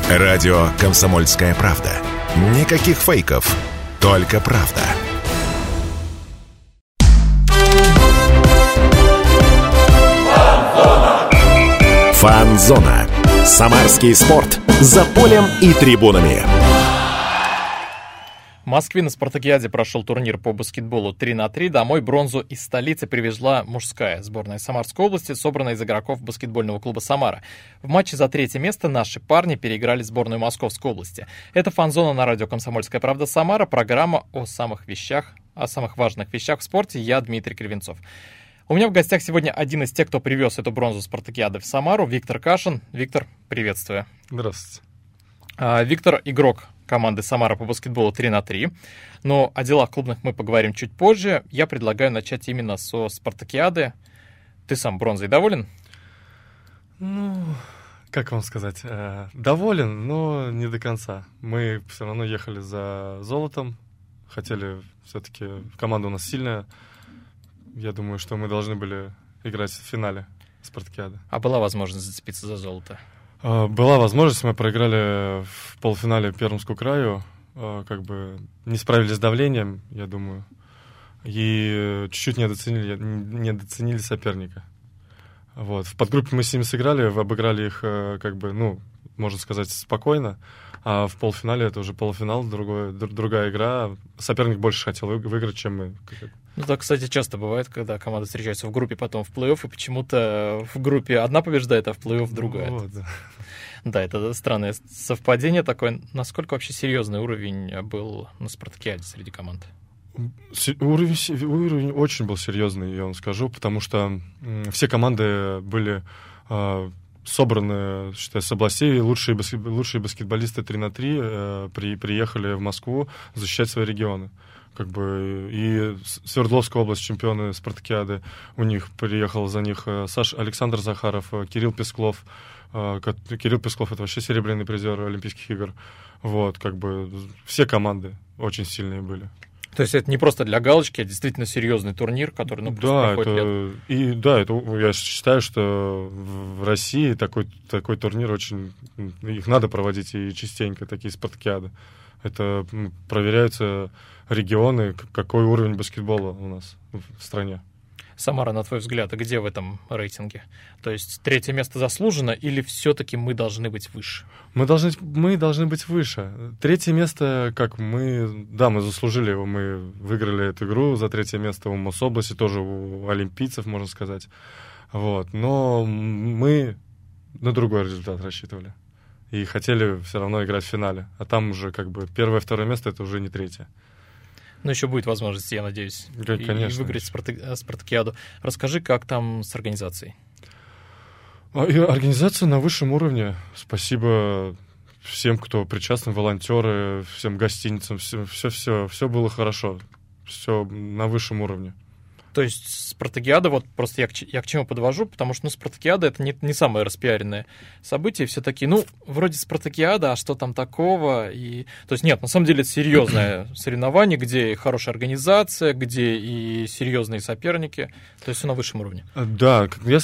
Радио «Комсомольская правда». Никаких фейков, только правда. Фан-зона. Самарский спорт. За полем и трибунами. В Москве на спартакиаде прошел турнир по баскетболу 3х3. Домой бронзу из столицы привезла мужская сборная Самарской области, собранная из игроков баскетбольного клуба «Самара». В матче за третье место наши парни переиграли сборную Московской области. Это «Фан-зона» на радио «Комсомольская правда» Самара. Программа о самых важных вещах в спорте. Я Дмитрий Кривенцов. У меня в гостях сегодня один из тех, кто привез эту бронзу спартакиады в Самару, Виктор Кашин. Виктор, приветствую. Здравствуйте. Виктор — игрок команды «Самара» по баскетболу 3х3. Но о делах клубных мы поговорим чуть позже. Я предлагаю начать именно со спартакиады. Ты сам бронзой доволен? Ну, как вам сказать? Доволен, но не до конца. Мы все равно ехали за золотом. Хотели все-таки... Команда у нас сильная. Я думаю, что мы должны были играть в финале спартакиады. А была возможность зацепиться за золото? Была возможность, мы проиграли в полуфинале Пермскому краю, как бы не справились с давлением, я думаю, и чуть-чуть недооценили соперника. Вот. В подгруппе мы с ними сыграли, обыграли их, как бы, ну, можно сказать, спокойно, а в полуфинале это уже полуфинал, другая игра. Соперник больше хотел выиграть, чем мы. Ну, так, кстати, часто бывает, когда команда встречается в группе, потом в плей-офф, и почему-то в группе одна побеждает, а в плей-офф другая. Вот, да. Да, это странное совпадение такое. Насколько вообще серьезный уровень был на спартакиаде среди команд? Уровень очень был серьезный, я вам скажу, потому что все команды были собраны, считаю, с областей. Лучшие баскетболисты 3х3 приехали в Москву защищать свои регионы. Как бы и Свердловская область, чемпионы спартакиады, у них приехал за них Александр Захаров, Кирилл Песклов. Кирилл Песклов — это вообще серебряный призер Олимпийских игр. Вот, как бы все команды очень сильные были. То есть это не просто для галочки, а действительно серьезный турнир, который, ну, просто проходит лет. Я считаю, что в России такой турнир очень... Их надо проводить и частенько, такие спартакиады. Это проверяются регионы, какой уровень баскетбола у нас в стране. Самара, на твой взгляд, где в этом рейтинге? То есть третье место заслужено или все-таки мы должны быть выше? Мы должны быть выше. Третье место, мы заслужили его, мы выиграли эту игру за третье место у Мособласти, тоже у олимпийцев, можно сказать. Вот. Но мы на другой результат рассчитывали. И хотели все равно играть в финале. А там уже как бы первое, второе место — это уже не третье. Но еще будет возможность, я надеюсь, конечно, и выиграть спартакиаду. Расскажи, как там с организацией? Организация на высшем уровне. Спасибо всем, кто причастен, волонтеры, всем гостиницам. Все было хорошо. Все на высшем уровне. То есть спартакиада, вот просто я к чему подвожу, потому что, спартакиада — это не самое распиаренное событие, все такие, вроде спартакиада, а что там такого? То есть нет, на самом деле это серьезное соревнование, где и хорошая организация, где и серьезные соперники, то есть все на высшем уровне. Да, я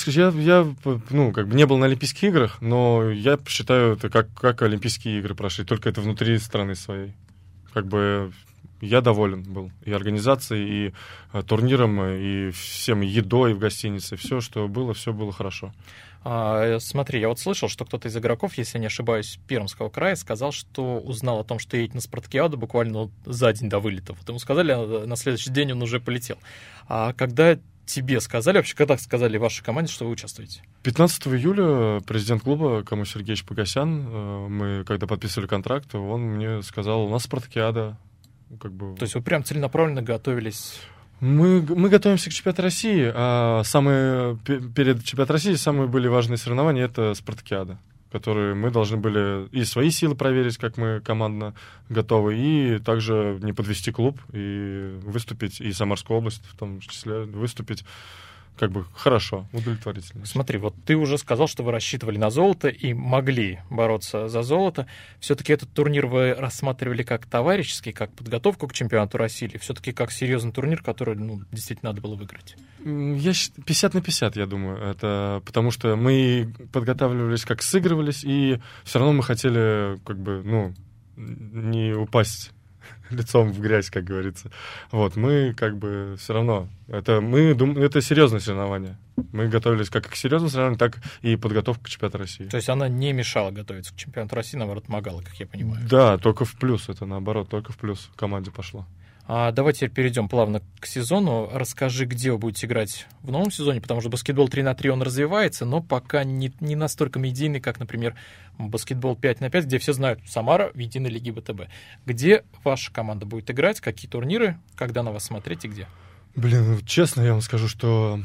не был на Олимпийских играх, но я считаю, это как Олимпийские игры прошли, только это внутри страны своей. Как бы... Я доволен был и организацией, и турниром, и всем, и едой в гостинице. Все было хорошо. Смотри, я вот слышал, что кто-то из игроков, если не ошибаюсь, Пермского края, сказал, что узнал о том, что едет на спартакиаду буквально за день до вылета. Вот ему сказали, а на следующий день он уже полетел. А когда тебе сказали, вообще, когда сказали вашей команде, что вы участвуете? 15 июля президент клуба Камиль Сергеевич Погосян, мы когда подписывали контракт, он мне сказал, у нас спартакиада. То есть вы прям целенаправленно готовились? Мы готовимся к чемпионату России, а перед чемпионатом России самые были важные соревнования — это спартакиада, которые мы должны были и свои силы проверить, как мы командно готовы, и также не подвести клуб, и выступить, и Самарскую область в том числе, выступить как бы хорошо, удовлетворительно. Смотри, вот ты уже сказал, что вы рассчитывали на золото и могли бороться за золото. Все-таки этот турнир вы рассматривали как товарищеский, как подготовку к чемпионату России, или все-таки как серьезный турнир, который действительно надо было выиграть? Я 50 на 50, я думаю. Это потому что мы подготавливались, как сыгрывались, и все равно мы хотели как бы, не упасть лицом в грязь, как говорится. Вот, мы как бы все равно... Это серьезное соревнование. Мы готовились как к серьезному соревнованию, так и подготовка к чемпионату России. То есть она не мешала готовиться к чемпионату России, наоборот, помогала, как я понимаю. Да, только в плюс. Это наоборот, только в плюс команде пошло. Давайте теперь перейдем плавно к сезону. Расскажи, где вы будете играть в новом сезоне, потому что баскетбол 3х3 он развивается, но пока не настолько медийный, как, например, баскетбол 5х5, где все знают Самара в единой лиге ВТБ. Где ваша команда будет играть, какие турниры, когда на вас смотреть и где? Честно я вам скажу, что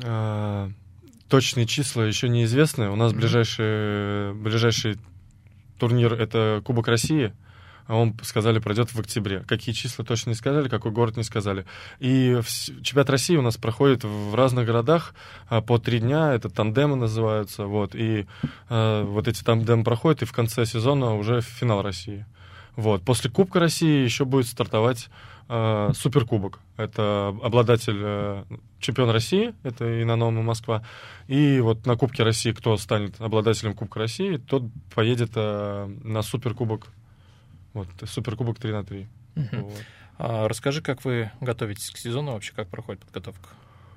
точные числа еще неизвестны. У нас ближайший турнир — это Кубок России. Он, сказали, пройдет в октябре. Какие числа точно не сказали, какой город не сказали. И чемпионат России у нас проходит в разных городах по 3 дня. Это тандемы называются. Вот. И вот эти тандемы проходят, и в конце сезона уже финал России. Вот. После Кубка России еще будет стартовать Суперкубок. Это обладатель чемпион России, это Инонома Москва. И вот на Кубке России, кто станет обладателем Кубка России, тот поедет на Суперкубок. Вот, Суперкубок 3х3. Вот. Расскажи, как вы готовитесь к сезону вообще, как проходит подготовка?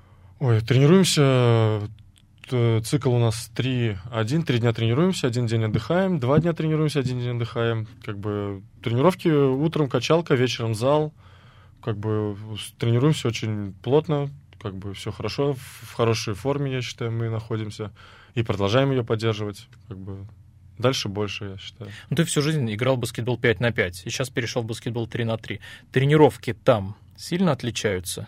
Тренируемся. Цикл у нас 3 дня тренируемся, 1 день отдыхаем, 2 дня тренируемся, 1 день отдыхаем. Как бы тренировки утром качалка, вечером зал. Как бы тренируемся очень плотно, как бы все хорошо, в хорошей форме, я считаю, мы находимся. И продолжаем ее поддерживать, как бы. Дальше больше, я считаю. Ты всю жизнь играл в баскетбол 5х5, и сейчас перешел в баскетбол 3х3. Тренировки там сильно отличаются?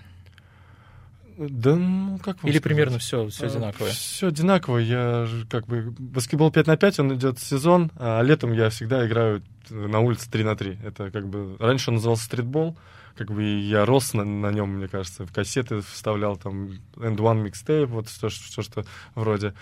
Да, как вам Или сказать? Примерно все одинаковое? Все одинаково. Баскетбол 5х5, он идет сезон, а летом я всегда играю на улице 3х3. Это как бы... Раньше он назывался стритбол, как бы я рос на нем, мне кажется, в кассеты вставлял, там, End One Mixtape, вот все, что вроде...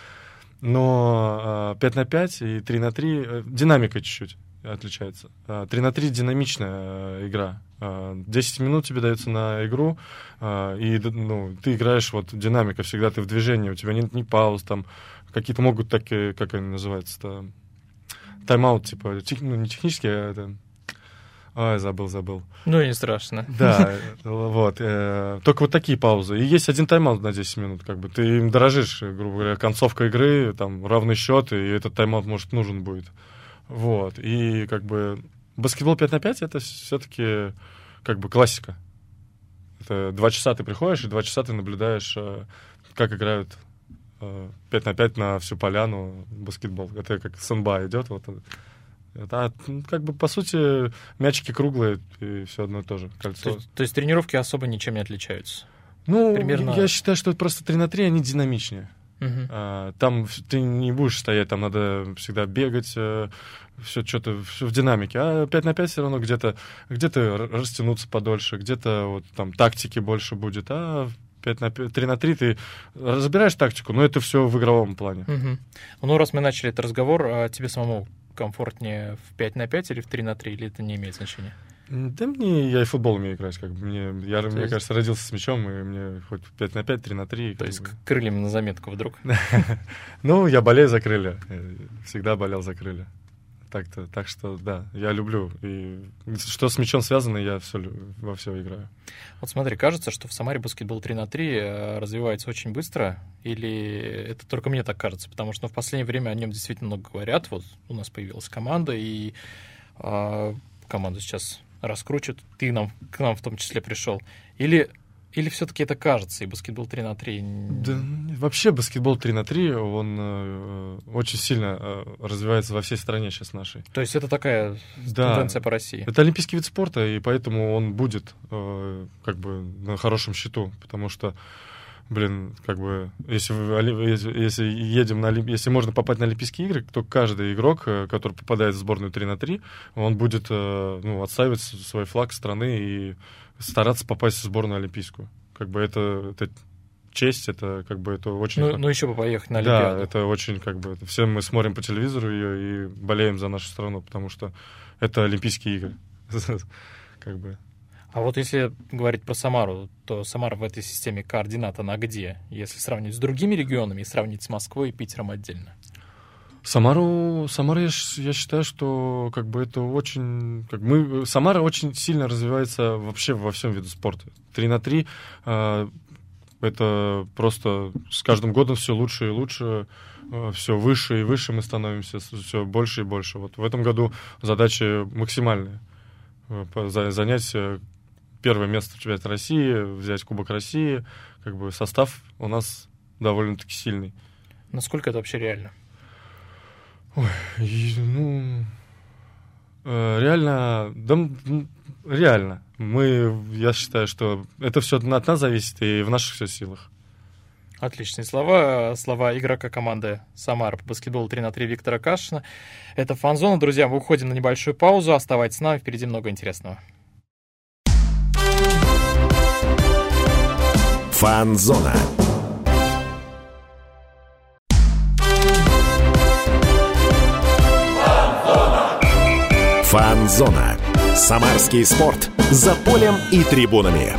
Но 5х5 и 3х3 динамика чуть-чуть отличается. 3х3 динамичная игра. 10 минут тебе дается на игру, и ты играешь, вот динамика всегда, ты в движении, у тебя нет ни пауз, там какие-то могут такие, как они называются-то, тайм-аут, типа, не технические, а это... забыл. Не страшно. Да, вот. Только вот такие паузы. И есть один тайм-аут на 10 минут. Как бы ты им дорожишь, грубо говоря, концовка игры, там равный счет, и этот тайм-аут, может, нужен будет. Вот. И как бы баскетбол 5х5 это все-таки как бы классика. Это 2 часа ты приходишь, и 2 часа ты наблюдаешь, как играют 5х5 на всю поляну баскетбол. Это как сэнба идет, вот. Это, как бы, по сути, мячики круглые, и все одно и то же, кольцо. То есть тренировки особо ничем не отличаются? Примерно... Я считаю, что это просто 3х3, они динамичнее. Угу. Там ты не будешь стоять, там надо всегда бегать, все что-то все в динамике. А 5х5 все равно где-то растянуться подольше, где-то вот там тактики больше будет, а 3х3 ты разбираешь тактику, но это все в игровом плане. Угу. Раз мы начали этот разговор, тебе самому комфортнее в 5х5 или в 3х3, или это не имеет значения? Да я и в футбол умею играть. Как бы. Мне кажется, родился с мячом, и мне хоть 5х5, 3х3. То есть крыльями на заметку вдруг? Я болею за крылья. Всегда болел за крылья. Так что, да, я люблю. И что с мячом связано, я во все играю. Вот смотри, кажется, что в Самаре баскетбол 3х3 развивается очень быстро, или это только мне так кажется? Потому что в последнее время о нем действительно много говорят. Вот у нас появилась команда, и команду сейчас раскручивают. Ты к нам в том числе пришел. Или все-таки это кажется, и баскетбол 3х3? Да, вообще баскетбол 3х3, он очень сильно развивается во всей стране сейчас нашей. То есть это такая тенденция по России? Это олимпийский вид спорта, и поэтому он будет как бы на хорошем счету, потому что, как бы, если можно попасть на Олимпийские игры, то каждый игрок, который попадает в сборную 3х3, он будет отстаивать свой флаг страны и стараться попасть в сборную олимпийскую. Как бы это честь, это как бы это очень... Ну еще бы поехать на Олимпиаду. Да, это очень как бы... Все мы смотрим по телевизору ее и болеем за нашу страну, потому что это Олимпийские игры. Как бы... А вот если говорить про Самару, то Самара в этой системе координат, она где? Если сравнивать с другими регионами и сравнить с Москвой и Питером отдельно. Самара, я считаю, что как бы это очень... Самара очень сильно развивается вообще во всем виде спорта. 3х3 это просто с каждым годом все лучше и лучше, все выше и выше мы становимся, все больше и больше. Вот в этом году задачи максимальные. Занять первое место в чемпионате России, взять Кубок России. Как бы состав у нас довольно-таки сильный. Насколько это вообще реально? Реально, реально. Я считаю, что это все от нас зависит и в наших все силах. Отличные слова. Слова игрока команды «Самара» по баскетболу 3х3 Виктора Кашина. Это «Фан-зона». Друзья, мы уходим на небольшую паузу. Оставайтесь с нами, впереди много интересного. «Фан-зона». «Фан-зона». Самарский спорт. За полем и трибунами.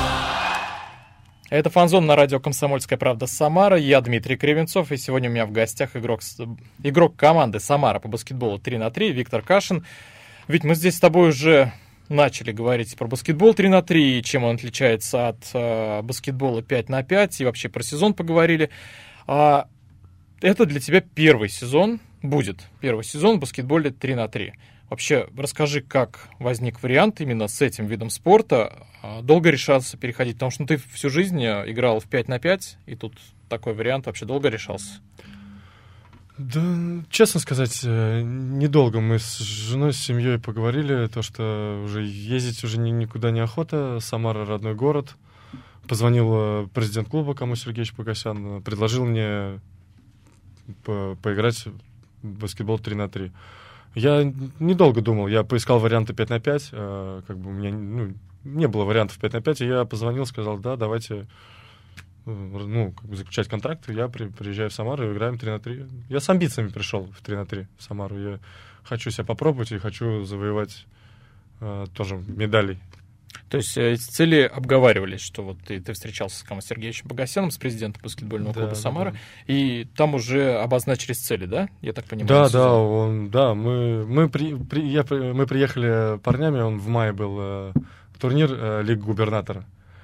Это «Фан-зона» на радио «Комсомольская правда» Самара. Я Дмитрий Кривенцов, и сегодня у меня в гостях игрок команды «Самара» по баскетболу 3х3 Виктор Кашин. Ведь мы здесь с тобой уже начали говорить про баскетбол 3х3, чем он отличается от баскетбола 5х5, и вообще про сезон поговорили. Это для тебя первый сезон будет в баскетболе 3х3. Вообще, расскажи, как возник вариант именно с этим видом спорта. Долго решался переходить? Потому что ты всю жизнь играл в 5х5, и тут такой вариант вообще долго решался? Да, честно сказать, недолго. Мы с женой, с семьей поговорили, то, что уже ездить уже никуда не охота. Самара — родной город. Позвонил президент клуба Камо Сергеевич Погосян, предложил мне поиграть в баскетбол 3х3. Я недолго думал, я поискал варианты 5х5, как бы у меня не было вариантов 5х5, и я позвонил, сказал, да, давайте заключать контракт, я приезжаю в Самару и играем 3х3. Я с амбициями пришел в 3х3 в Самару, я хочу себя попробовать и хочу завоевать тоже медалей. То есть эти цели обговаривались, что вот ты встречался с Камо Сергеевичем Погосяном, с президентом баскетбольного клуба «Самара», и там уже обозначились цели, да? Я так понимаю. Мы приехали парнями, он в мае был турнир Лиги Губернатора.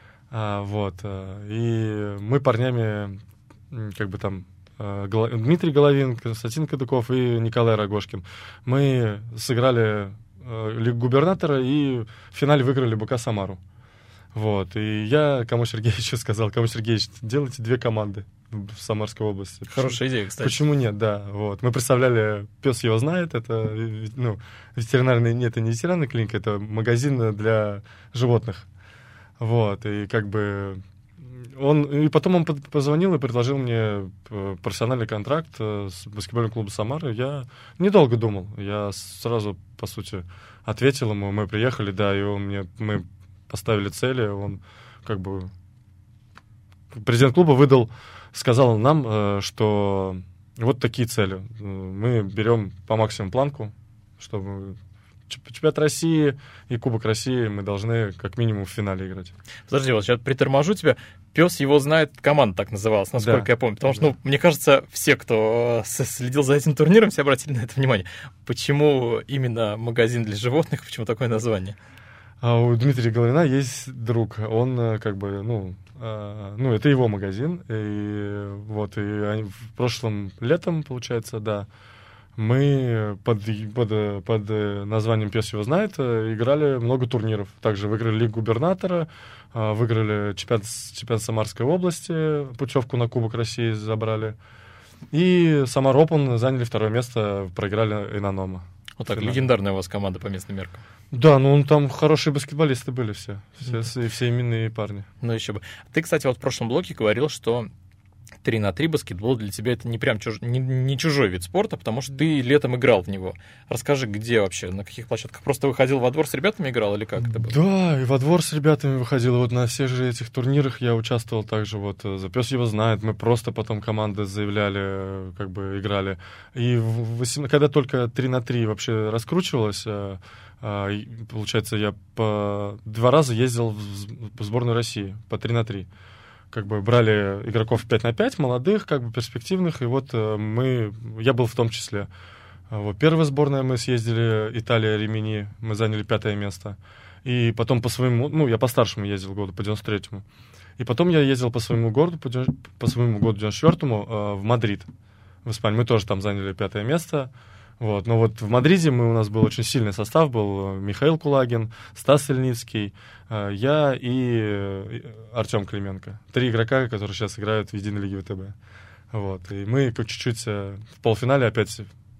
И мы парнями, как бы там, Дмитрий Головин, Константин Кадыков и Николай Рогошкин. Мы сыграли Лигу Губернатора и в финале выиграли БК Самару. И я Камо Сергеевичу сказал: Камо Сергеевич, делайте 2 команды в Самарской области. Хорошая идея, кстати. Почему нет, да. Мы представляли, пес его знает, это ветеринарный, нет, это не ветеринарная клиника, это магазин для животных. И как бы и потом он позвонил и предложил мне профессиональный контракт с баскетбольным клубом «Самара». Я недолго думал. Я сразу, по сути, ответил ему. Мы приехали, да, и мы поставили цели. Он как бы... Президент клуба сказал нам, что вот такие цели. Мы берем по максимуму планку, чтобы... Чемпионат России и Кубок России мы должны как минимум в финале играть. Подожди, вот сейчас приторможу тебя. Пес его знает, команда так называлась, насколько я помню. Потому что, мне кажется, все, кто следил за этим турниром, все обратили на это внимание. Почему именно магазин для животных, почему такое название? У Дмитрия Головина есть друг. Он как бы, это его магазин. И они в прошлом летом, получается, да, мы под названием «Пес его знает» играли много турниров. Также выиграли Лигу Губернатора, выиграли чемпионат Самарской области, путевку на Кубок России забрали. И Самар Опен заняли 2 место, проиграли Инанома. Вот так, легендарная у вас команда по местным меркам. Да, там хорошие баскетболисты были все именные парни. Ну еще бы. Ты, кстати, в прошлом блоке говорил, что 3х3 баскетбол для тебя это не прям не чужой вид спорта, потому что ты летом играл в него. Расскажи, где вообще, на каких площадках? Просто выходил во двор с ребятами играл или как это было? Да, и во двор с ребятами выходил. И вот на всех же этих турнирах я участвовал также. Вот «За пес его знает». Мы просто потом команды заявляли, как бы играли. И когда только 3х3 вообще раскручивалось, получается, я 2 раза ездил в сборную России по 3х3. Как бы брали игроков 5х5, молодых, как бы перспективных, и вот я был в том числе. Вот, первая сборная мы съездили, Италия, Римини, мы заняли 5 место. И потом по своему, я по-старшему ездил году, по 93-му. И потом я ездил по своему городу, по своему году 94-му, в Мадрид, в Испании. Мы тоже там заняли 5 место. Вот. Но вот в Мадриде у нас был очень сильный состав, был Михаил Кулагин, Стас Ильницкий, я и Артем Клименко. 3 игрока, которые сейчас играют в единой лиге ВТБ. Вот. И мы чуть-чуть в полуфинале опять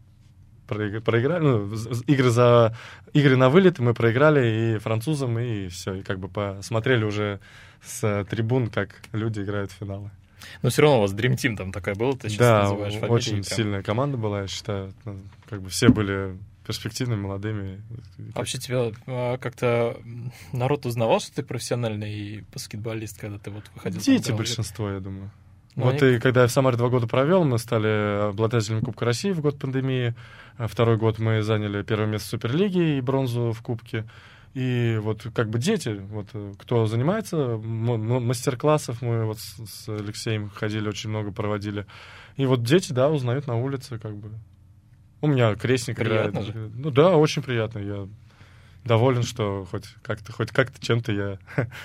проиграли. Игры на вылет мы проиграли и французам, и все. И как бы посмотрели уже с трибун, как люди играют в финалы. Но все равно у вас Dream Team там такая была, ты сейчас называешь фамилией. Да, очень сильная команда была, я считаю. Как бы все были перспективными, молодыми. Вообще тебя как-то народ узнавал, что ты профессиональный баскетболист, когда ты вот выходил? Дети большинство, я думаю. И когда я в Самаре 2 года провел, мы стали обладателями Кубка России в год пандемии. 2-й год мы заняли 1 место в Суперлиге и бронзу в Кубке. И вот как бы дети, вот кто занимается, мастер-классов мы вот с Алексеем ходили, очень много проводили. И вот дети, да, узнают на улице, как бы. У меня крестник приятно играет. Же. Ну да, очень приятно. Я доволен, что хоть как-то чем-то я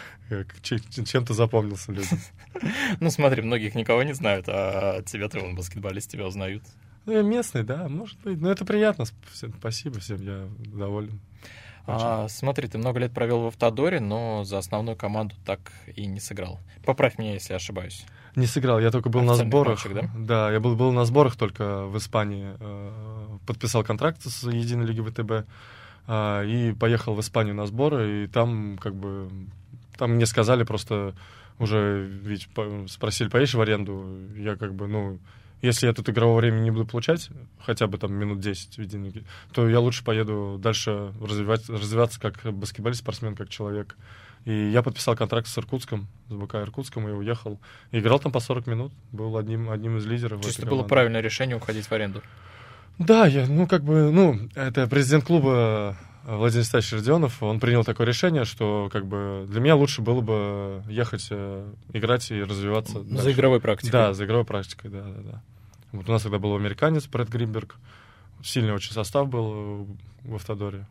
чем-то запомнился людям. Ну смотри, многих никого не знают, а тебя-то он баскетболист, тебя узнают. Ну, я местный, да, может быть. Но это приятно. Спасибо всем, я доволен. Смотри, ты много лет провел в Автодоре, но за основную команду так и не сыграл. Поправь меня, если ошибаюсь. Не сыграл, я только был на сборах. Матчах, да? Да, я был на сборах только в Испании. Подписал контракт с единой лигой ВТБ и поехал в Испанию на сборы. И там как бы там мне сказали просто уже, ведь спросили, поедешь в аренду? Я как бы, если я тут игрового времени не буду получать, хотя бы там минут 10 в единой лиге, то я лучше поеду дальше развиваться как баскетболист, спортсмен, как человек. И я подписал контракт с Иркутском, с БК Иркутском, и уехал. И играл там по 40 минут, был одним из лидеров. Чисто было правильное решение уходить в аренду? Да, это президент клуба Владимир Стасович Родионов, он принял такое решение, что как бы для меня лучше было бы ехать играть и развиваться. За дальше. Игровой практикой? Да, за игровой практикой, да. Вот у нас тогда был американец Брэд Гринберг, сильный очень состав был в Автодоре.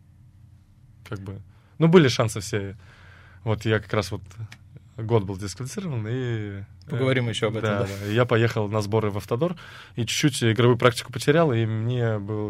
Как бы, были шансы все. Вот я как раз год был дисквалифицирован, и... Поговорим еще об этом. Да. Я поехал на сборы в Автодор, и чуть-чуть игровую практику потерял, и мне был,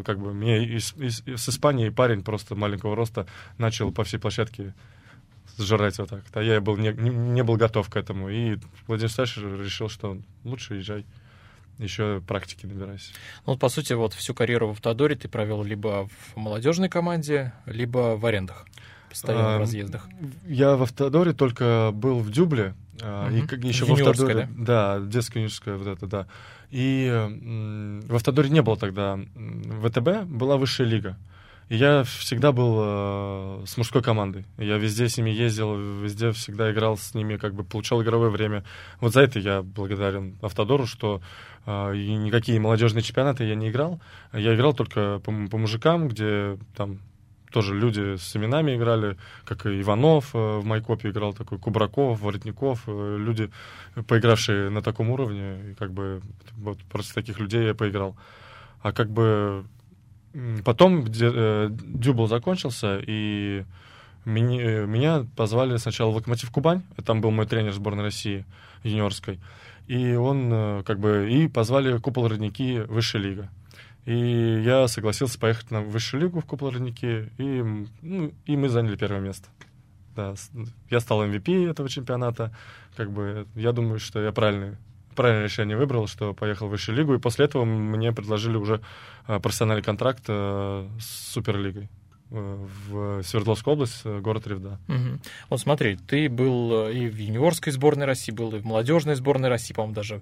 с Испании парень просто маленького роста начал по всей площадке сжирать вот так. А я не был готов к этому, и Владимир Стасович решил, что лучше езжай, еще практики набирайся. По сути, всю карьеру в Автодоре ты провел либо в молодежной команде, либо в арендах. Постоянно в разъездах. Я в Автодоре только был в Дюбле. И еще в Автодоре. Да, детская юношеская да. И в Автодоре не было тогда ВТБ, была высшая лига. И я всегда был с мужской командой. Я везде с ними ездил, везде всегда играл с ними, как бы получал игровое время. Вот за это я благодарен Автодору, что и никакие молодежные чемпионаты я не играл. Я играл только по мужикам, где там тоже люди с именами играли, как и Иванов в Майкопе играл, такой Кубраков, Воротников, люди, поигравшие на таком уровне, и как бы вот просто таких людей я поиграл. А как бы потом дюбл закончился, и меня позвали сначала в Локомотив Кубань, там был мой тренер сборной России юниорской, и он как бы и позвали Купол Родники высшая лига. И я согласился поехать на высшую лигу в Купол Родники, и мы заняли 1 место. Да, я стал MVP этого чемпионата. Как бы я думаю, что я правильное решение выбрал, что поехал в высшую лигу, и после этого мне предложили уже профессиональный контракт с Суперлигой в Свердловской области, город Ревда. Угу. Вот смотри, ты был и в юниорской сборной России, был и в молодежной сборной России, по-моему, даже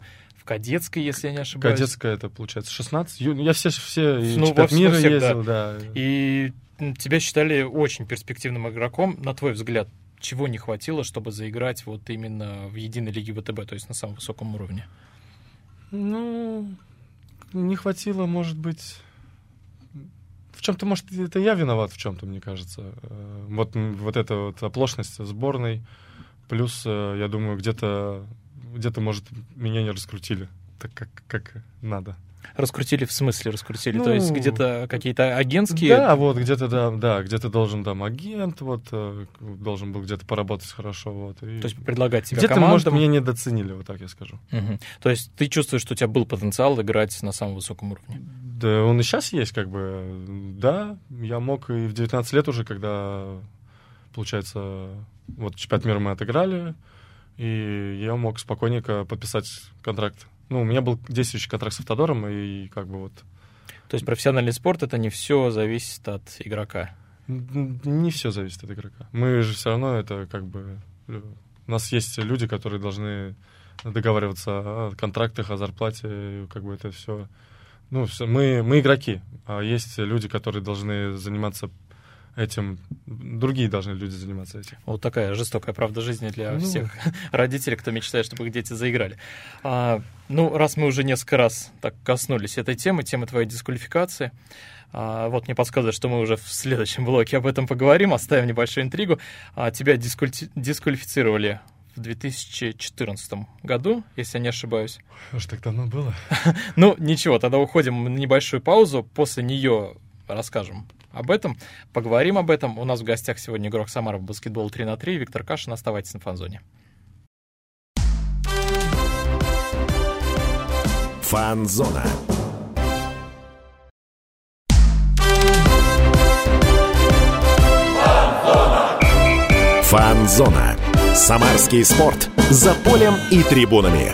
в кадетской, если я не ошибаюсь. Кадетская, это, получается, 16. Я все Ну, чемпионат мира всех, ездил, да. И тебя считали очень перспективным игроком. На твой взгляд, чего не хватило, чтобы заиграть вот именно в единой лиге ВТБ, то есть на самом высоком уровне? Ну, не хватило, может быть... В чем-то, может, это я виноват в чем-то, мне кажется. Вот эта вот оплошность сборной. Плюс, я думаю, где-то, может, меня не раскрутили так, как надо. Раскрутили в смысле раскрутили? Ну, то есть где-то какие-то агентские... Да, вот где-то, да, где-то должен там агент, вот, должен был где-то поработать хорошо. Вот, и То есть предлагать себя где-то, командам. может, меня недооценили, вот так я скажу. Угу. То есть ты чувствуешь, что у тебя был потенциал играть на самом высоком уровне? Да, он и сейчас есть, как бы. Да, я мог и в 19 лет уже, когда, получается, вот чемпионат мира мы отыграли, и я мог спокойненько подписать контракт. Ну, у меня был действующий контракт с Автодором, и как бы вот... То есть профессиональный спорт — это не все зависит от игрока? Не все зависит от игрока. Мы же все равно это как бы... У нас есть люди, которые должны договариваться о контрактах, о зарплате, как бы это все... Ну, мы игроки, а есть люди, которые должны заниматься этим, другие должны люди заниматься этим. Вот такая жестокая правда жизни для всех родителей, кто мечтает, чтобы их дети заиграли. Ну, раз мы уже несколько раз так коснулись этой темы твоей дисквалификации, вот мне подсказывают, что мы уже в следующем блоке об этом поговорим, оставим небольшую интригу. Тебя дисквалифицировали в 2014 году, если я не ошибаюсь. Уж так давно было. Ну, ничего, тогда уходим на небольшую паузу, после нее расскажем об этом, поговорим об этом. У нас в гостях сегодня игрок Самары по баскетболу 3х3 Виктор Кашин. Оставайтесь на Фан-зоне. Фан-зона. Фан-зона. Самарский спорт. За полем и трибунами.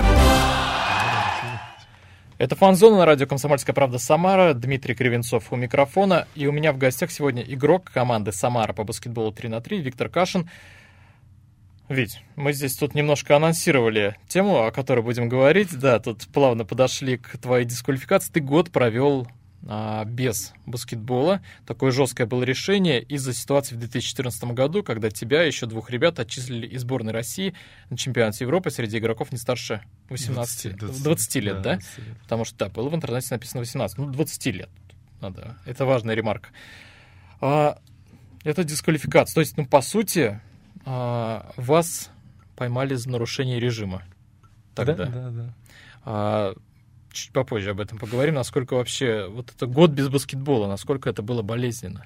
Это «Фан-зона» на радио «Комсомольская правда» Самара. Дмитрий Кривенцов у микрофона. И у меня в гостях сегодня игрок команды «Самара» по баскетболу 3х3 Виктор Кашин. Вить, мы здесь тут немножко анонсировали тему, о которой будем говорить. Да, тут плавно подошли к твоей дисквалификации. Ты год провел без баскетбола. Такое жесткое было решение из-за ситуации в 2014 году, когда тебя и еще двух ребят отчислили из сборной России на чемпионате Европы среди игроков не старше 20 лет, да? 20 лет. Потому что, да, было в интернете написано 18, 20 лет. Надо. Это важная ремарка. Это дисквалификация. То есть, по сути, вас поймали за нарушение режима тогда. Да. Чуть попозже об этом поговорим, насколько вообще вот это год без баскетбола, насколько это было болезненно.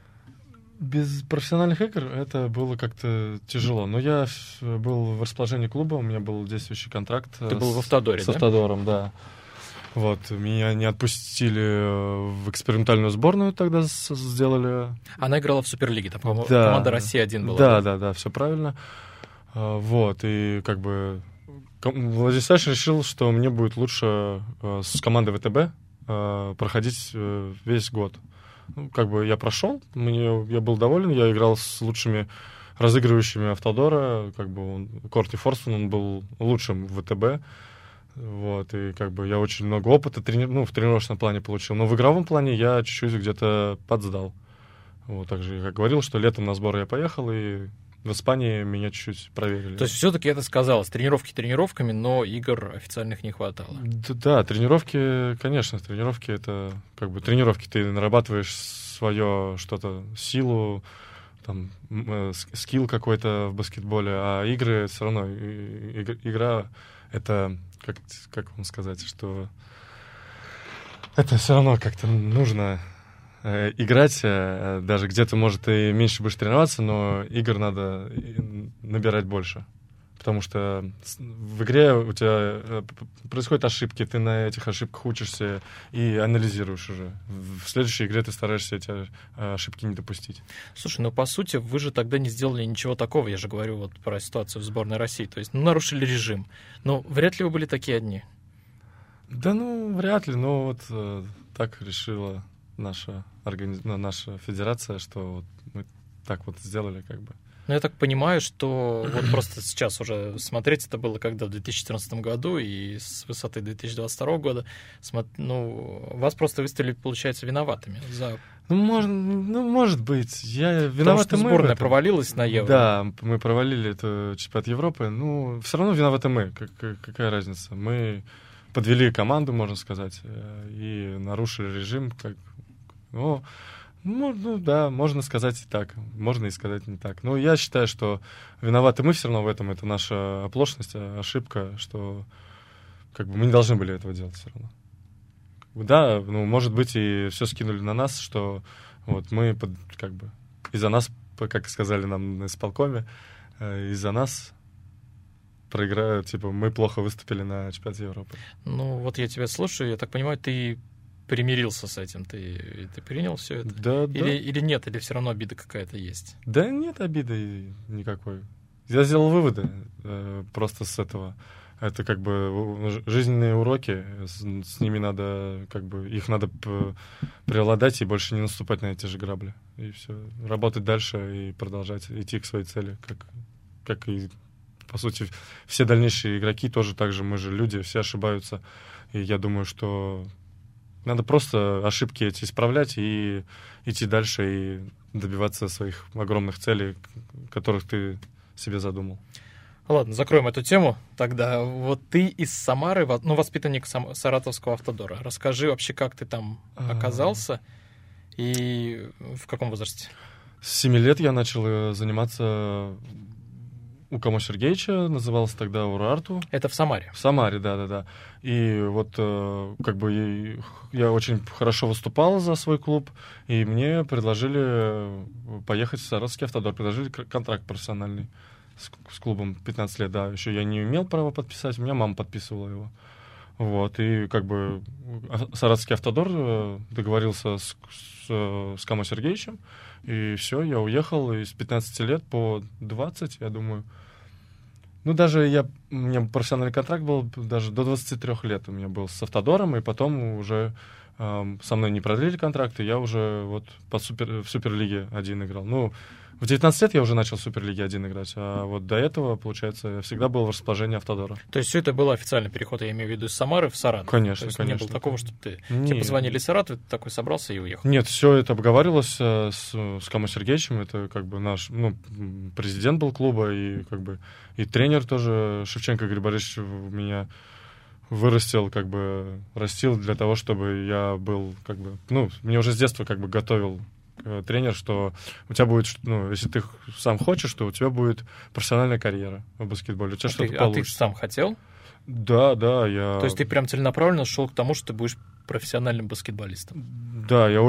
Без профессиональных игр это было как-то тяжело. Но я был в расположении клуба, у меня был действующий контракт. Ты был в Автодоре, да? С Автодором, да. Вот, меня не отпустили в экспериментальную сборную тогда сделали. Она играла в Суперлиге, там, по-моему, команда «Россия-1» была. Да, все правильно. Вот, и как бы Владимир Саевич решил, что мне будет лучше с командой ВТБ проходить весь год. Ну, как бы я прошел, я был доволен, я играл с лучшими разыгрывающими Автодора, как бы Кортни Форстон, он был лучшим в ВТБ. Вот, и как бы я очень много опыта в тренировочном плане получил, но в игровом плане я чуть-чуть где-то подсдал. Вот, также, как говорил, что летом на сбор я поехал, и в Испании меня чуть-чуть проверили. То есть все-таки это сказалось, тренировки тренировками, но игр официальных не хватало. Да, тренировки, конечно, тренировки это как бы тренировки, ты нарабатываешь свое что-то, силу, там, скилл какой-то в баскетболе, а игры все равно, игра это, как вам сказать, что это все равно как-то нужно играть, даже где-то, может, и меньше будешь тренироваться, но игр надо набирать больше. Потому что в игре у тебя происходят ошибки, ты на этих ошибках учишься и анализируешь уже. В следующей игре ты стараешься эти ошибки не допустить. Слушай, по сути, вы же тогда не сделали ничего такого, я же говорю вот про ситуацию в сборной России. То есть, нарушили режим. Но вряд ли вы были такие одни. Да, вряд ли, но вот так решила наша федерация, что вот мы так вот сделали, как бы. Но я так понимаю, что вот просто сейчас уже смотреть это было когда в 2014 году и с высоты 2022 года, вас просто выставили, получается, виноватыми за... может быть. Виноват. Потому что сборная провалилась на Евро. Да, мы провалили это чемпионат Европы. Все равно виноваты мы. Какая разница? Мы подвели команду, можно сказать, и нарушили режим. Можно сказать и так, можно и сказать не так. Но я считаю, что виноваты мы все равно в этом. Это наша оплошность, ошибка, что мы не должны были этого делать все равно. Может быть, и все скинули на нас, что мы из-за нас, как сказали нам на исполкоме, из-за нас проиграют, мы плохо выступили на чемпионате Европы. Я тебя слушаю, я так понимаю, ты примирился с этим, ты принял все это? Да. Или нет, или все равно обида какая-то есть? Да нет обиды никакой. Я сделал выводы просто с этого. Это жизненные уроки, с ними надо, их надо преобладать и больше не наступать на эти же грабли. И все. Работать дальше и продолжать идти к своей цели, как и, по сути, все дальнейшие игроки тоже так же, мы же люди, все ошибаются. И я думаю, что надо просто ошибки эти исправлять и идти дальше и добиваться своих огромных целей, которых ты себе задумал. Ладно, закроем эту тему. Тогда ты из Самары, воспитанник Саратовского Автодора. Расскажи вообще, как ты там оказался и в каком возрасте? С 7 лет я начал заниматься у Камо Сергеевича, назывался тогда Урарту. Это в Самаре? В Самаре, да. И я очень хорошо выступал за свой клуб, и мне предложили поехать в Саратовский Автодор, предложили контракт профессиональный с клубом 15 лет, да. Еще я не имел права подписать, у меня мама подписывала его. И Саратовский Автодор договорился с Камо Сергеевичем, и все, я уехал, и с 15 лет по 20, я думаю. У меня профессиональный контракт был даже до 23 лет у меня был с Автодором, и потом уже со мной не продлили контракт, и я уже в Суперлиге 1 играл. В 19 лет я уже начал в Суперлиге 1 играть, а до этого, получается, я всегда был в расположении Автодора. То есть все это был официальный переход, я имею в виду, из Самары в Саратов? Конечно, То есть конечно. Не было такого, что тебе позвонили из Саратова, ты такой собрался и уехал? Нет, все это обговаривалось с Камо Сергеевичем, это наш президент был клуба, и тренер тоже, Шевченко Игорь Борисович, меня вырастил, растил для того, чтобы я был, мне уже с детства готовил тренер, что у тебя будет, если ты сам хочешь, то у тебя будет профессиональная карьера в баскетболе. У тебя что-то получится. А ты сам хотел? Да, я... То есть ты прям целенаправленно шел к тому, что ты будешь профессиональным баскетболистом? Да, я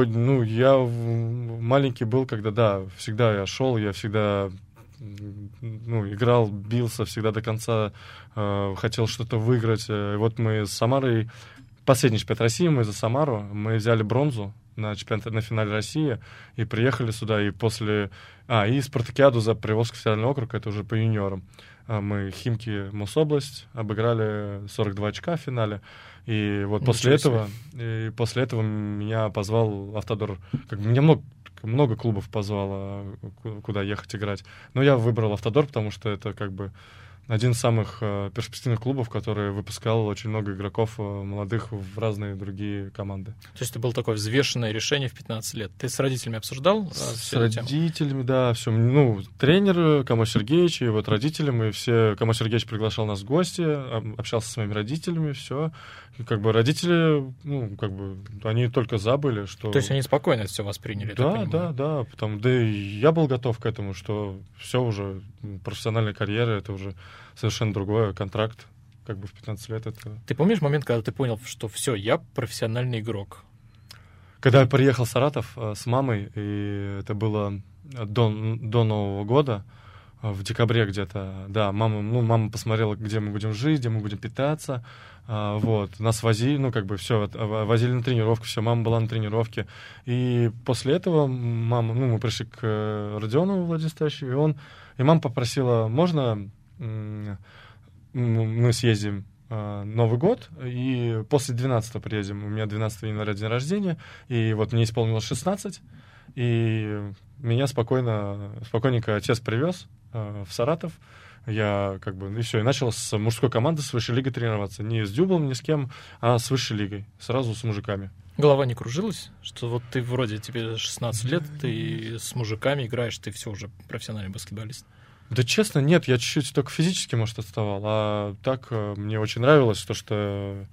маленький был, когда, всегда я шел, я всегда играл, бился, всегда до конца хотел что-то выиграть. Мы с Самарой, последний чемпионат России, мы за Самару, мы взяли бронзу на финале России и приехали сюда, и и спартакиаду за Приволжский федеральный округ, это уже по юниорам. Мы Химки Мособласть обыграли 42 очка в финале, и после этого меня позвал Автодор, меня много клубов позвало, куда ехать играть, но я выбрал Автодор, потому что это один из самых перспективных клубов, который выпускал очень много игроков молодых в разные другие команды. То есть это было такое взвешенное решение в 15 лет. Ты с родителями обсуждал? С родителями, да, все. Тренер Камо Сергеевич, и родители, мы все... Камо Сергеевич приглашал нас в гости, общался с моими родителями, все. И родители, они только забыли, что... То есть они спокойно это все восприняли, Да. И я был готов к этому, что все уже, профессиональная карьера, это уже совершенно другой контракт, в 15 лет это... Ты помнишь момент, когда ты понял, что все, я профессиональный игрок? Когда я приехал в Саратов с мамой, и это было до Нового года, в декабре где-то, да, мама посмотрела, где мы будем жить, где мы будем питаться, нас возили, все, возили на тренировку, все, мама была на тренировке, и после этого мы пришли к Родионову Владимиру Стасовичу, и мама попросила, можно мы съездим Новый год, и после 12-го приедем, у меня 12 января день рождения, и мне исполнилось 16, И меня спокойненько отец привез в Саратов. Я как бы, и все, и начал с мужской команды, с высшей лигой тренироваться. Не с дюблом, ни с кем, а с высшей лигой. Сразу с мужиками. Голова не кружилась? Что вот ты вроде, тебе 16 лет, ты с мужиками играешь, ты все уже профессиональный баскетболист. Да честно, нет, я чуть-чуть только физически, может, отставал. А так мне очень нравилось то, что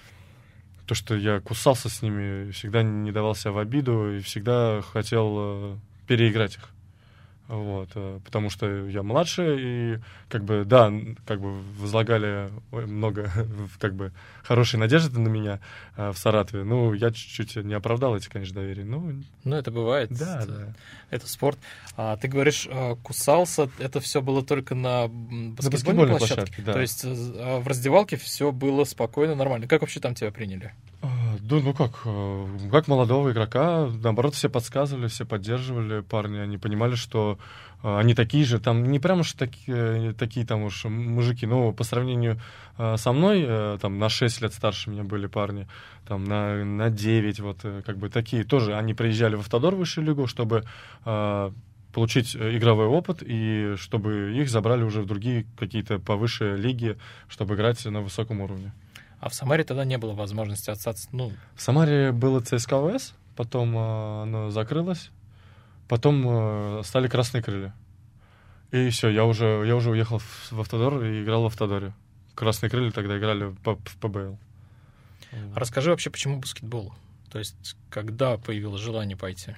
я кусался с ними, всегда не давал себя в обиду и всегда хотел переиграть их. Вот, потому что я младше, и как бы, да, как бы возлагали много как бы хорошей надежды на меня в Саратове. Ну, я чуть-чуть не оправдал эти, конечно, доверия. Ну, это бывает. Да, да. Это спорт. Ты говоришь, кусался, это все было только на баскетбольной площадке? Да. То есть в раздевалке все было спокойно, нормально. Как вообще там тебя приняли? Да, ну как молодого игрока, наоборот, все подсказывали, все поддерживали парни, они понимали, что они такие же, там не прям уж такие там уж мужики, но по сравнению со мной, там на 6 лет старше меня были парни, там на 9, вот как бы такие тоже, они приезжали в Автодор, высшую лигу, чтобы получить игровой опыт, и чтобы их забрали уже в другие какие-то повыше лиги, чтобы играть на высоком уровне. А в Самаре тогда не было возможности остаться, В Самаре было ЦСКА ВС, потом оно закрылось, потом стали Красные Крылья. И все, я уже уехал в Автодор и играл в Автодоре. Красные Крылья тогда играли в ПБЛ. А расскажи вообще, почему баскетбол? То есть, когда появилось желание пойти?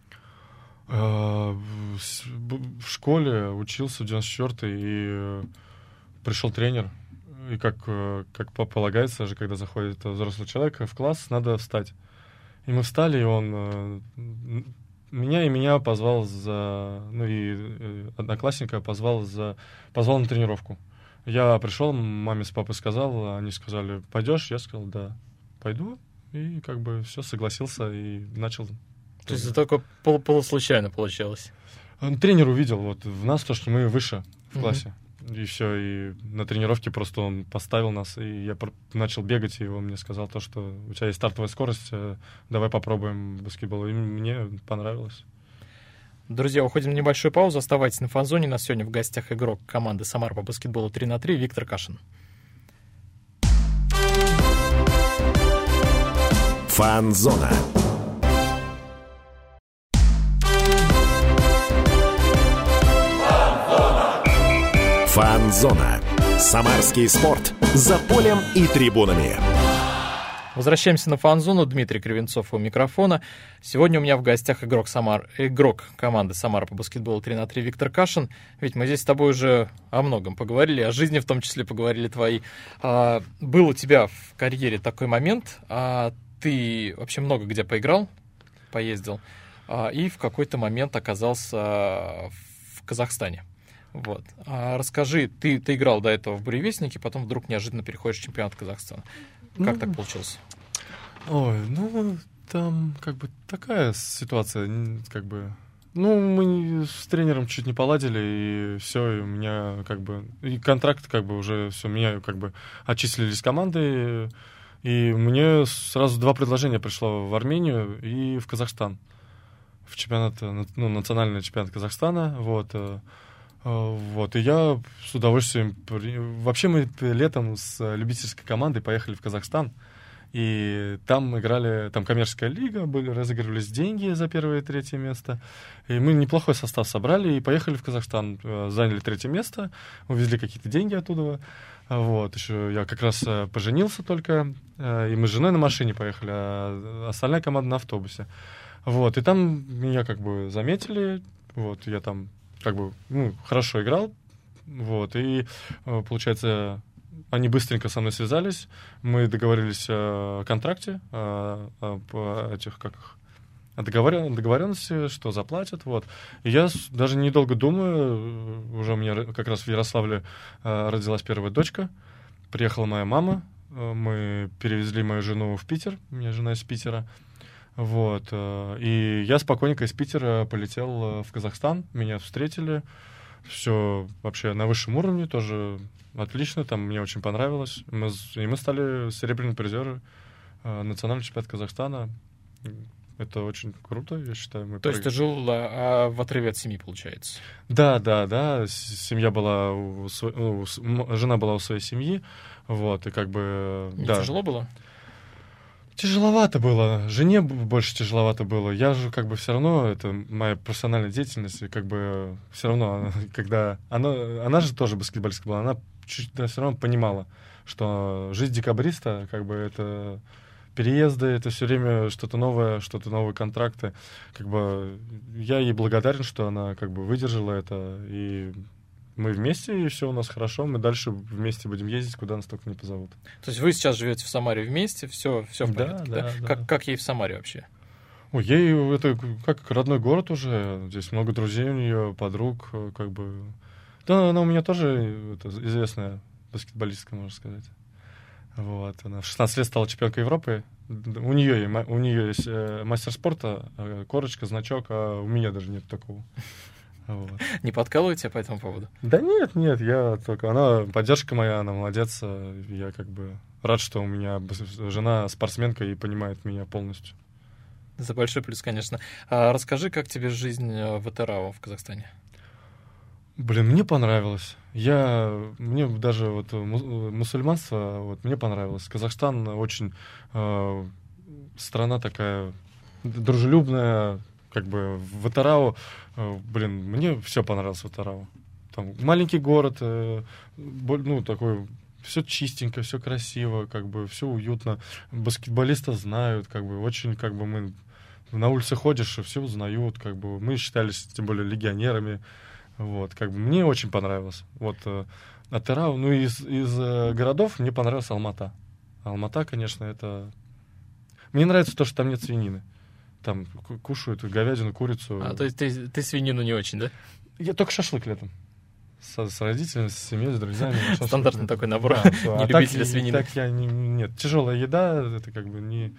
В школе учился в 94-й, и пришел тренер. И как полагается же, когда заходит взрослый человек в класс, надо встать. И мы встали, и он меня позвал и одноклассника позвал на тренировку. Я пришел, маме с папой сказал, они сказали, пойдешь? Я сказал, да, пойду. И как бы все, согласился и начал. То есть это только полуслучайно получалось? Тренер увидел вот в нас то, что мы выше в классе. И все, и на тренировке просто он поставил нас, и я начал бегать, и он мне сказал то, что у тебя есть стартовая скорость, давай попробуем баскетбол. И мне понравилось. Друзья, уходим на небольшую паузу. Оставайтесь на Фан-зоне. У нас сегодня в гостях игрок команды «Самара» по баскетболу 3х3 Виктор Кашин. Фан-зона. Фан-зона. Самарский спорт. За полем и трибунами. Возвращаемся на Фан-зону. Дмитрий Кривенцов у микрофона. Сегодня у меня в гостях игрок команды «Самара» по баскетболу 3х3 Виктор Кашин. Ведь мы здесь с тобой уже о многом поговорили, о жизни в том числе поговорили твоей. Был у тебя в карьере такой момент, ты вообще много где поездил, и в какой-то момент оказался в Казахстане. Вот. Расскажи, ты играл до этого в «Буревестнике», потом вдруг неожиданно переходишь в чемпионат Казахстана. Как так получилось? Ой, там как бы такая ситуация, как бы... мы с тренером чуть не поладили, и все, и у меня как бы... И контракт как бы уже все, меня как бы отчислили из команды, и мне сразу 2 предложения пришло в Армению и в Казахстан. В чемпионат, национальный чемпионат Казахстана, Вот, и я с удовольствием... Вообще мы летом с любительской командой поехали в Казахстан, и там играли, там коммерческая лига, разыгрывались деньги за 1 и 3 место, и мы неплохой состав собрали и поехали в Казахстан, заняли 3 место, увезли какие-то деньги оттуда, вот, еще я как раз поженился только, и мы с женой на машине поехали, а остальная команда на автобусе, вот, и там меня как бы заметили, вот, я там как бы, хорошо играл, вот, и, получается, они быстренько со мной связались, мы договорились о контракте, о договоренности, что заплатят, вот. И я даже недолго думаю, уже у меня как раз в Ярославле родилась первая дочка, приехала моя мама, мы перевезли мою жену в Питер, у меня жена из Питера, вот, и я спокойненько из Питера полетел в Казахстан, меня встретили, все вообще на высшем уровне, тоже отлично, там мне очень понравилось, и мы стали серебряные призеры национального чемпионата Казахстана, Это очень круто, я считаю. То есть ты жил в отрыве от семьи, получается? Да. Семья была жена была у своей семьи, вот, и как бы... Не да. тяжело было? Тяжеловато было. Жене больше тяжеловато было. Я же как бы все равно, это моя профессиональная деятельность, и как бы все равно, когда... Она же тоже баскетболистка была, она чуть все равно понимала, что жизнь декабриста, как бы это... Переезды, это все время что-то новое, новые контракты. Как бы я ей благодарен, что она как бы выдержала это, и мы вместе, и все у нас хорошо. Мы дальше вместе будем ездить, куда нас только не позовут. То есть вы сейчас живете в Самаре вместе, все в порядке, да? Как ей в Самаре вообще? Ой, ей это как родной город уже. Здесь много друзей у нее, подруг, как бы. Да, она у меня тоже известная баскетболистка, можно сказать. Вот, она в 16 лет стала чемпионкой Европы. У нее есть мастер спорта, корочка, значок, а у меня даже нет такого. Вот. Не подкалывает тебя по этому поводу? Да нет, я только... Она поддержка моя, она молодец. Я как бы рад, что у меня жена спортсменка и понимает меня полностью. За большой плюс, конечно. Расскажи, как тебе жизнь в ЭТРАО в Казахстане? Блин, мне понравилось. Мне даже вот мусульманство, вот мне понравилось. Казахстан очень страна такая дружелюбная, как бы в ЭТРАО, блин, мне все понравилось в ЭТРАО. Там маленький город, такой, все чистенько, все красиво, как бы все уютно. Баскетболистов знают, как бы очень, как бы мы на улице ходишь, и все узнают, как бы мы считались, тем более, легионерами. Вот, как бы мне очень понравилось. Вот ЭТРАО, из городов мне понравился Алмата. Алмата, конечно, это... Мне нравится то, что там нет свинины. Там кушают говядину, курицу. То есть ты свинину не очень, да? Я только шашлык летом. С родителями, с семьей, с друзьями. Стандартный такой набор, да, не любителя свинины. Так нет, тяжелая еда, это как бы не...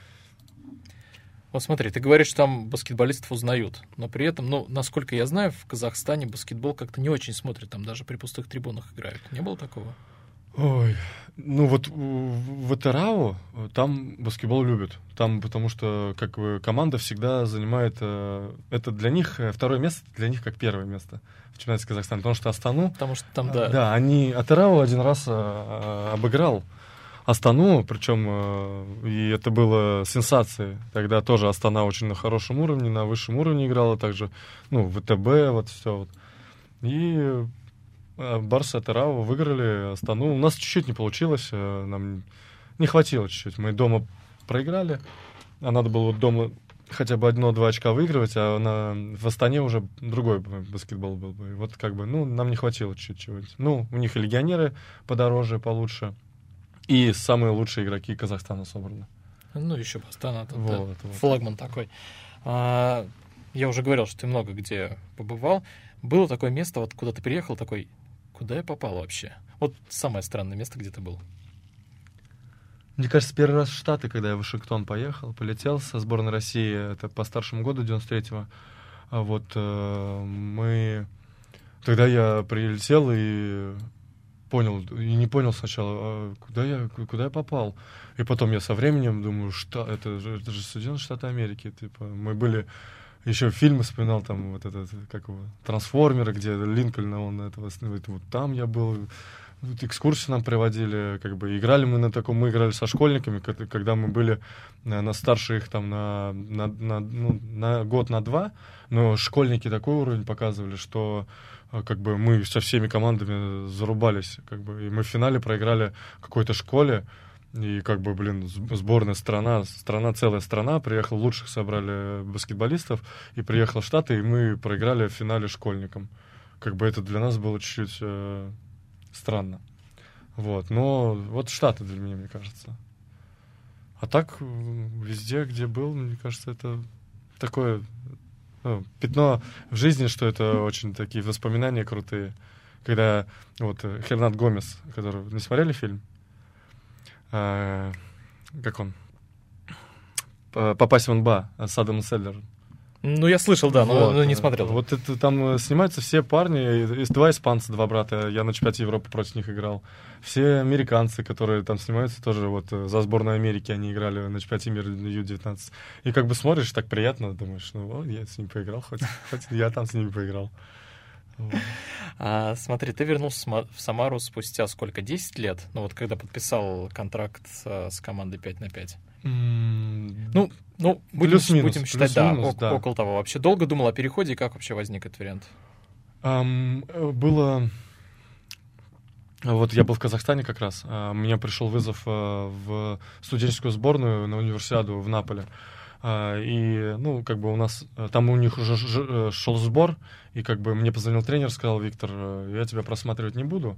Вот смотри, ты говоришь, что там баскетболистов узнают, но при этом, насколько я знаю, в Казахстане баскетбол как-то не очень смотрят, там даже при пустых трибунах играют. Не было такого? Ой, вот в ЭТРАО там баскетбол любят. Там, потому что как бы команда всегда занимает... это для них второе место, для них как первое место в чемпионате Казахстана. Потому что Астану... Потому что там, да. Да, ЭТРАО один раз обыграл Астану, причем и это было сенсацией. Тогда тоже Астана очень на хорошем уровне, на высшем уровне играла, также, ВТБ, вот все вот. И Барса ЭТРАО выиграли Астану. У нас чуть-чуть не получилось, нам не хватило чуть-чуть. Мы дома проиграли, а надо было дома хотя бы 1-2 очка выигрывать, а в Астане уже другой баскетбол был бы. И вот как бы, нам не хватило чуть-чуть. У них и легионеры подороже, получше. И самые лучшие игроки Казахстана собраны. Еще бы Астана, вот. Флагман такой. Я уже говорил, что ты много где побывал. Было такое место, вот куда ты приехал, такой, куда я попал вообще? Вот самое странное место, где ты был. Мне кажется, первый раз в Штаты, когда я в Вашингтон полетел со сборной России, это по старшему году, 93-го. Тогда я прилетел и не понял сначала, куда я попал. И потом я со временем думаю, что это же Соединенные Штаты Америки. Типа, мы были... Еще фильмы вспоминал, там, вот этот, как его, «Трансформеры», где Линкольна, вот там я был. Экскурсии нам приводили, как бы, играли мы мы играли со школьниками, когда мы были на старше их там на год, на два, но школьники такой уровень показывали, что как бы мы со всеми командами зарубались, как бы, и мы в финале проиграли какой-то школе, и как бы, сборная целая страна, приехала, лучших собрали баскетболистов, и приехала в Штаты, и мы проиграли в финале школьникам. Как бы это для нас было чуть-чуть странно. Вот, но вот Штаты для меня, мне кажется. А так, везде, где был, мне кажется, это такое пятно в жизни, что это очень такие воспоминания крутые. Когда вот Хернат Гомес, который... Не смотрели фильм? Как он? «Папа Симонба» с Адамом Сэндлером. Ну, я слышал, да, но не смотрел. Вот это там снимаются все парни, два испанца, два брата, я на чемпионате Европы против них играл. Все американцы, которые там снимаются, тоже вот за сборную Америки они играли на чемпионате мира Ю-19. И как бы смотришь, так приятно, думаешь, ну, я с ними поиграл, хоть я там с ними поиграл. Смотри, ты вернулся в Самару спустя сколько, 10 лет? Ну вот когда подписал контракт с командой 5/5. Ну, будем считать, да, около того. Вообще долго думал о переходе, и как вообще возник этот вариант? Было... Вот я был в Казахстане как раз. Мне пришел вызов в студенческую сборную на универсиаду в Наполе. И, ну, как бы у нас... Там у них уже шел сбор, и как бы мне позвонил тренер, сказал: Виктор, я тебя просматривать не буду.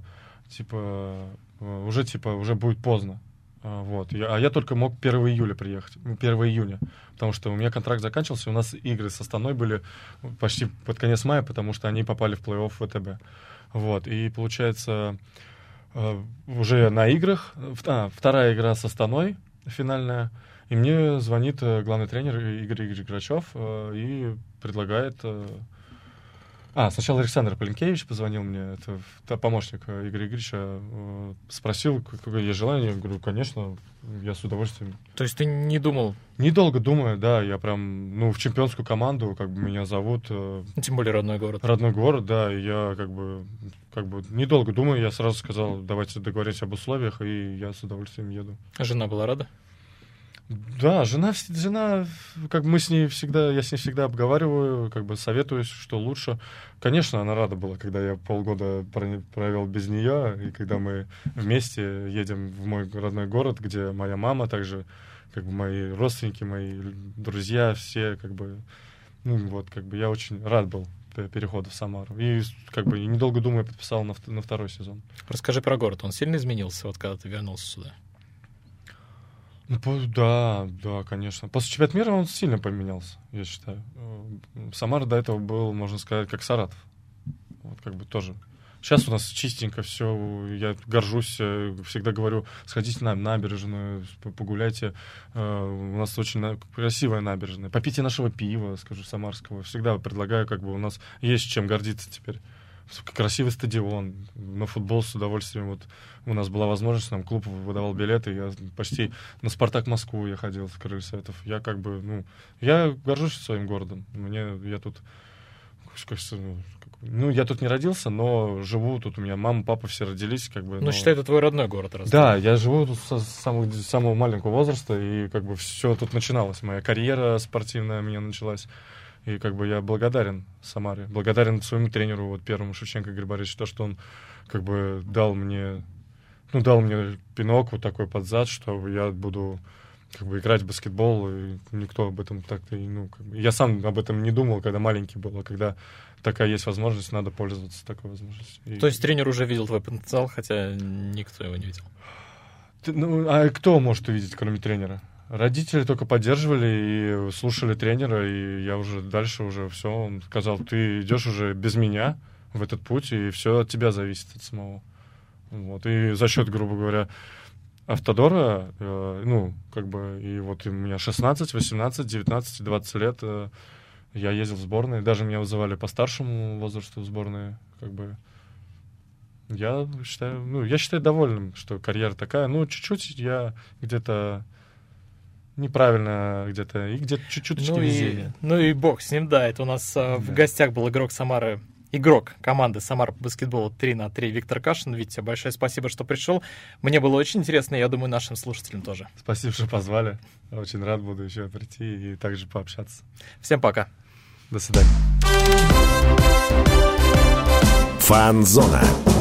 Уже будет поздно. Вот. Я только мог 1 июля приехать, 1 июня, потому что у меня контракт заканчивался, у нас игры с Астаной были почти под конец мая, потому что они попали в плей-офф ВТБ. Вот. И получается, уже на играх, вторая игра с Астаной, финальная, и мне звонит главный тренер Игорь Грачев и предлагает... Сначала Александр Полинкевич позвонил мне, это помощник Игоря Игоревича, спросил, какое есть желание. Я говорю, конечно, я с удовольствием. То есть ты не думал? Недолго думаю, да, я прям, в чемпионскую команду, как бы меня зовут. Тем более родной город. Родной город, да, и я как бы недолго думаю, я сразу сказал, давайте договоримся об условиях, и я с удовольствием еду. А жена была рада? Да, жена, как бы я с ней всегда обговариваю, как бы советуюсь, что лучше. Конечно, она рада была, когда я полгода провел без нее, и когда мы вместе едем в мой родной город, где моя мама, также как бы мои родственники, мои друзья, все как бы, я очень рад был перехода в Самару. И как бы недолго думая подписал на второй сезон. Расскажи про город, он сильно изменился, вот когда ты вернулся сюда? Да, конечно. После чемпионата мира он сильно поменялся, я считаю. Самара до этого был, можно сказать, как Саратов. Вот как бы тоже. Сейчас у нас чистенько все. Я горжусь, всегда говорю, сходите на набережную, погуляйте. У нас очень красивая набережная. Попейте нашего пива, скажу, самарского. Всегда предлагаю, как бы у нас есть чем гордиться теперь. Красивый стадион, на футбол с удовольствием. Вот у нас была возможность, нам клуб выдавал билеты, я почти на «Спартак Москву» я ходил в Крылья Советов. Я как бы, я горжусь своим городом. Я тут, я тут не родился, но живу тут. У меня мама, папа все родились, как бы. Считай, это твой родной город, раз. Да, я живу тут с самого маленького возраста, и как бы все тут начиналось. Моя карьера спортивная у меня началась. И как бы я благодарен Самаре, благодарен своему тренеру, вот первому Шевченко Игорю Борисовичу, то, что он как бы дал мне пинок вот такой под зад, что я буду как бы играть в баскетбол, и никто об этом так-то, я сам об этом не думал, когда маленький был, а когда такая есть возможность, надо пользоваться такой возможностью. То есть тренер уже видел твой потенциал, хотя никто его не видел? А кто может увидеть, кроме тренера? Родители только поддерживали и слушали тренера, и я уже дальше все, он сказал, ты идешь уже без меня в этот путь, и все от тебя зависит от самого. Вот. И за счет, грубо говоря, Автодора, и вот у меня 16, 18, 19, 20 лет я ездил в сборные, даже меня вызывали по старшему возрасту в сборные, как бы. Я считаю довольным, что карьера такая, чуть-чуть я где-то неправильно и где-то чуть-чуть везения. И бог с ним, да. Это у нас в гостях был игрок команды «Самара» по баскетболу 3/3 Виктор Кашин. Витя, большое спасибо, что пришел. Мне было очень интересно, я думаю, нашим слушателям тоже. Спасибо, что позвали. Очень рад буду еще прийти и также пообщаться. Всем пока. До свидания. Фан-зона.